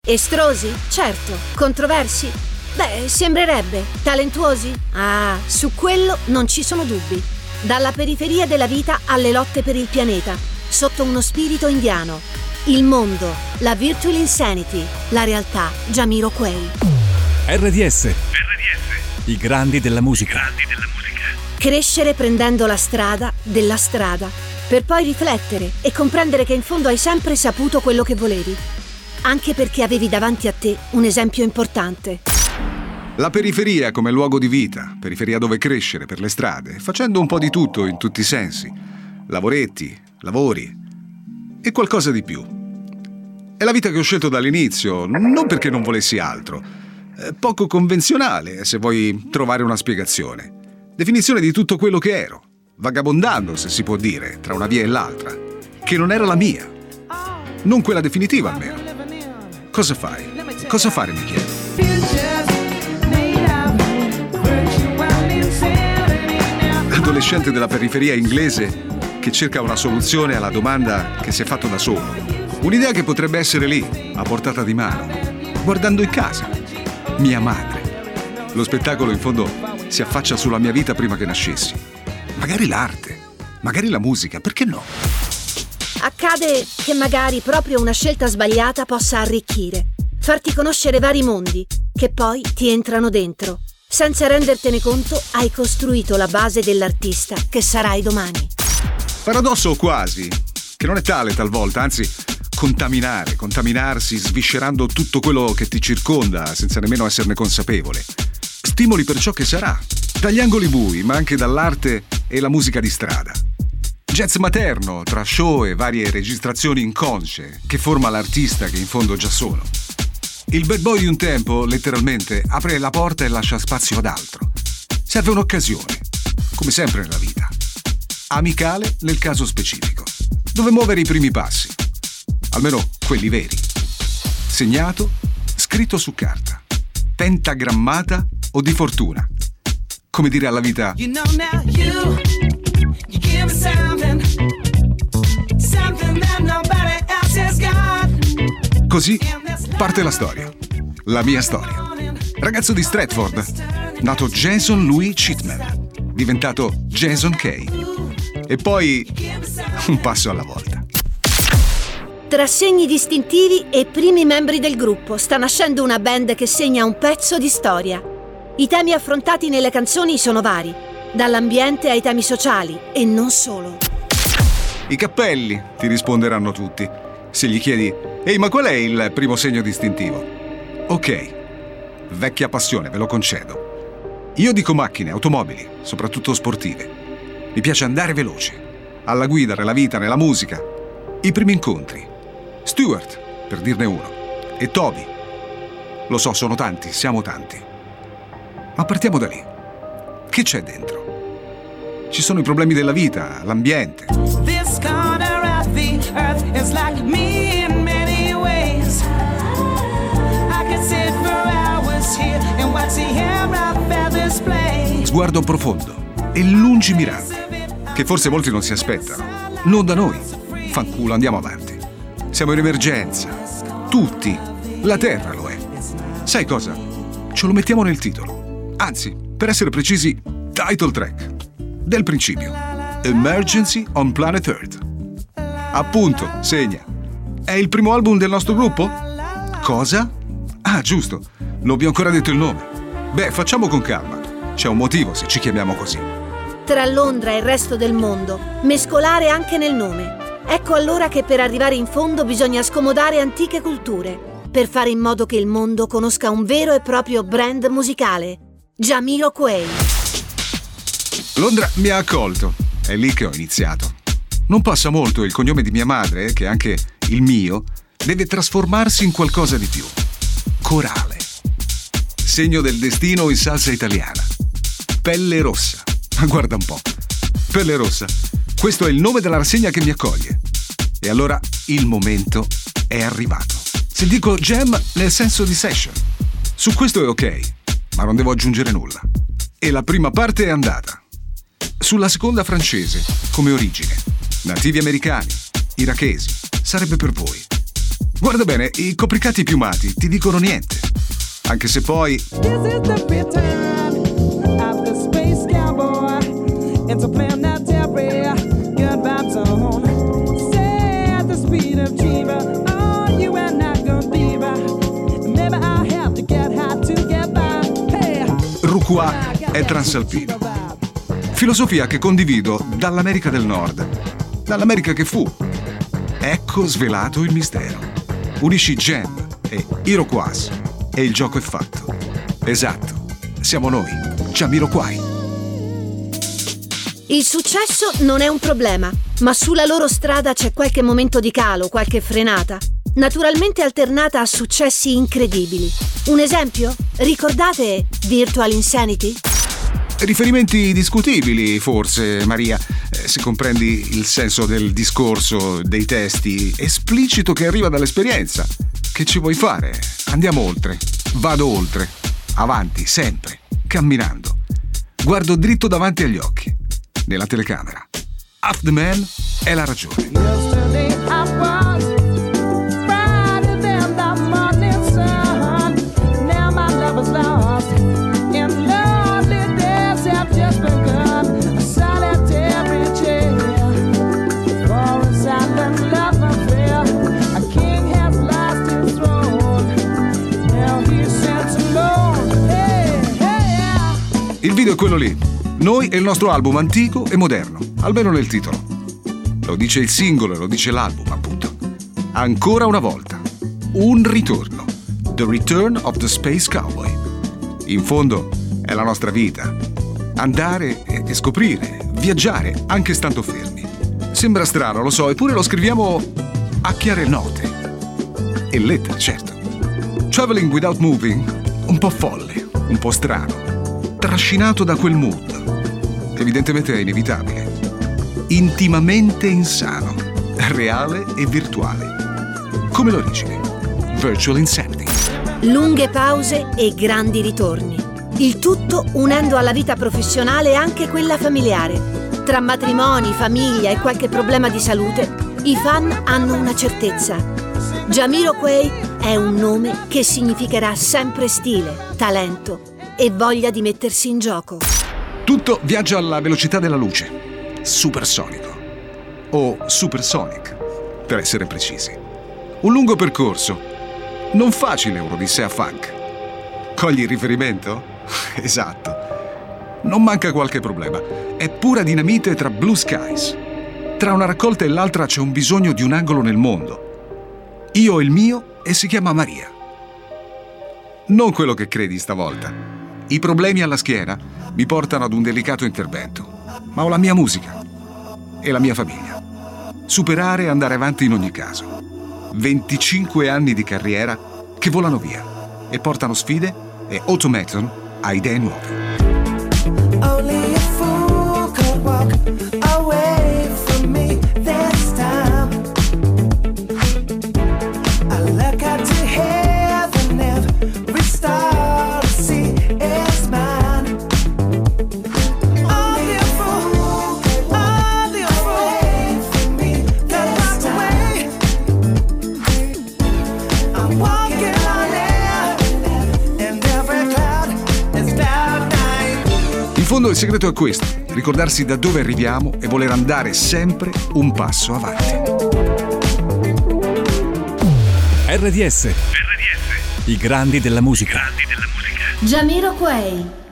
Estrosi? Certo. Controversi? Beh, sembrerebbe. Talentuosi? Ah, su quello non ci sono dubbi. Dalla periferia della vita alle lotte per il pianeta, sotto uno spirito indiano. Il mondo, la virtual insanity, la realtà, Jamiroquai. RDS. I grandi della musica. Crescere prendendo la strada della strada, per poi riflettere e comprendere che in fondo hai sempre saputo quello che volevi, anche perché avevi davanti a te un esempio importante. La periferia come luogo di vita, periferia dove crescere per le strade, facendo un po' di tutto in tutti i sensi. Lavoretti, lavori e qualcosa di più. È la vita che ho scelto dall'inizio, non perché non volessi altro. Poco convenzionale, se vuoi trovare una spiegazione. Definizione di tutto quello che ero, vagabondando, se si può dire, tra una via e l'altra, che non era la mia. Non quella definitiva, almeno. Cosa fai? Cosa fare, mi chiedo. Adolescente della periferia inglese che cerca una soluzione alla domanda che si è fatto da solo. Un'idea che potrebbe essere lì, a portata di mano, guardando in casa. Mia madre. Lo spettacolo, in fondo, si affaccia sulla mia vita prima che nascessi. Magari l'arte, magari la musica, perché no? Accade che magari proprio una scelta sbagliata possa arricchire, farti conoscere vari mondi, che poi ti entrano dentro. Senza rendertene conto, hai costruito la base dell'artista che sarai domani. Paradosso quasi, che non è tale talvolta, anzi, contaminarsi, sviscerando tutto quello che ti circonda senza nemmeno esserne consapevole. Stimoli per ciò che sarà, dagli angoli bui, ma anche dall'arte e la musica di strada. Jazz materno, tra show e varie registrazioni inconsce, che forma l'artista che in fondo già sono. Il bad boy di un tempo, letteralmente, apre la porta e lascia spazio ad altro. Serve un'occasione, come sempre nella vita. Amicale nel caso specifico, dove muovere i primi passi. Almeno quelli veri. Segnato, scritto su carta. Pentagrammata o di fortuna. Come dire alla vita... Così parte la storia. La mia storia. Ragazzo di Stratford, nato Jason Louis Chitman, diventato Jason Kay. E poi un passo alla volta. Tra segni distintivi e primi membri del gruppo sta nascendo una band che segna un pezzo di storia. I temi affrontati nelle canzoni sono vari, dall'ambiente ai temi sociali e non solo. I cappelli, ti risponderanno tutti. Se gli chiedi, ehi, ma qual è il primo segno distintivo? Ok, vecchia passione, ve lo concedo. Io dico macchine, automobili, soprattutto sportive. Mi piace andare veloce, alla guida, nella vita, nella musica. I primi incontri. Stuart, per dirne uno, e Toby. Lo so, sono tanti, siamo tanti. Ma partiamo da lì. Che c'è dentro? Ci sono i problemi della vita, l'ambiente. Sguardo profondo e lungimirante, che forse molti non si aspettano. Non da noi. Fanculo, andiamo avanti. Siamo in emergenza. Tutti. La Terra lo è. Sai cosa? Ce lo mettiamo nel titolo. Anzi, per essere precisi, title track. Del principio. Emergency on Planet Earth. Appunto, segna. È il primo album del nostro gruppo? Cosa? Ah, giusto. Non vi ho ancora detto il nome. Beh, facciamo con calma. C'è un motivo se ci chiamiamo così. Tra Londra e il resto del mondo, mescolare anche nel nome. Ecco allora che per arrivare in fondo bisogna scomodare antiche culture, per fare in modo che il mondo conosca un vero e proprio brand musicale. Jamiroquai. Londra mi ha accolto. È lì che ho iniziato. Non passa molto, il cognome di mia madre, che è anche il mio, deve trasformarsi in qualcosa di più. Corale. Segno del destino in salsa italiana. Pelle rossa. Ma guarda un po'. Pelle rossa. Questo è il nome della rassegna che mi accoglie. E allora il momento è arrivato. Se dico jam nel senso di session. Su questo è ok, ma non devo aggiungere nulla. E la prima parte è andata. Sulla seconda francese, come origine. Nativi americani, irachesi, sarebbe per voi. Guarda bene, i copricati piumati ti dicono niente. Anche se poi... This is the return of the space cowboy into planetary good vibes on. Say at the speed of Chiba, oh, you and not gonna be right. Maybe I have to get high to get by. Hey, Ruqua è transalpino. Filosofia che condivido dall'America del Nord, dall'America che fu. Ecco svelato il mistero. Unisci Jam e Iroquois e il gioco è fatto. Esatto, siamo noi, Jamiroquai. Il successo non è un problema, ma sulla loro strada c'è qualche momento di calo, qualche frenata, naturalmente alternata a successi incredibili. Un esempio? Ricordate Virtual Insanity? Riferimenti discutibili, forse, Maria, se comprendi il senso del discorso, dei testi, esplicito che arriva dall'esperienza. Che ci vuoi fare? Andiamo oltre. Vado oltre. Avanti, sempre. Camminando. Guardo dritto davanti agli occhi. Nella telecamera. Half the Man è la ragione. yesterday I was brighter than the morning sun. Now my love is lost, and lonely days have just begun. A solitary chair for a silent love affair. A king has lost his throne. Now he sits alone. Hey, hey. Il video è quello lì. Noi e il nostro album antico e moderno, almeno nel titolo. Lo dice il singolo e lo dice l'album, appunto. Ancora una volta. Un ritorno. The Return of the Space Cowboy. In fondo è la nostra vita. Andare e scoprire, viaggiare, anche stando fermi. Sembra strano, lo so, eppure lo scriviamo a chiare note. E lettere, certo. Traveling without moving, un po' folle, un po' strano. Trascinato da quel mood. Evidentemente è inevitabile. Intimamente insano, reale e virtuale. Come l'origine. Virtual Insanity. Lunghe pause e grandi ritorni. Il tutto unendo alla vita professionale anche quella familiare. Tra matrimoni, famiglia e qualche problema di salute, i fan hanno una certezza. Jamiroquai è un nome che significherà sempre stile, talento e voglia di mettersi in gioco. Tutto viaggia alla velocità della luce. Supersonico. O supersonic, per essere precisi. Un lungo percorso. Non facile un'odissea funk. Cogli il riferimento? Esatto. Non manca qualche problema. È pura dinamite tra blue skies. Tra una raccolta e l'altra c'è un bisogno di un angolo nel mondo. Io ho il mio e si chiama Maria. Non quello che credi stavolta. I problemi alla schiena mi portano ad un delicato intervento. Ma ho la mia musica e la mia famiglia. Superare e andare avanti in ogni caso. 25 anni di carriera che volano via e portano sfide e automaton a idee nuove. Only a fool could walk away from me this time. I look up to heaven, every star I see is mine. Only a fool could walk away. I'm walking on air, and every cloud is cloud nine. In fondo il segreto è questo, ricordarsi da dove arriviamo e voler andare sempre un passo avanti. RDS. I grandi della musica. Jamiroquai.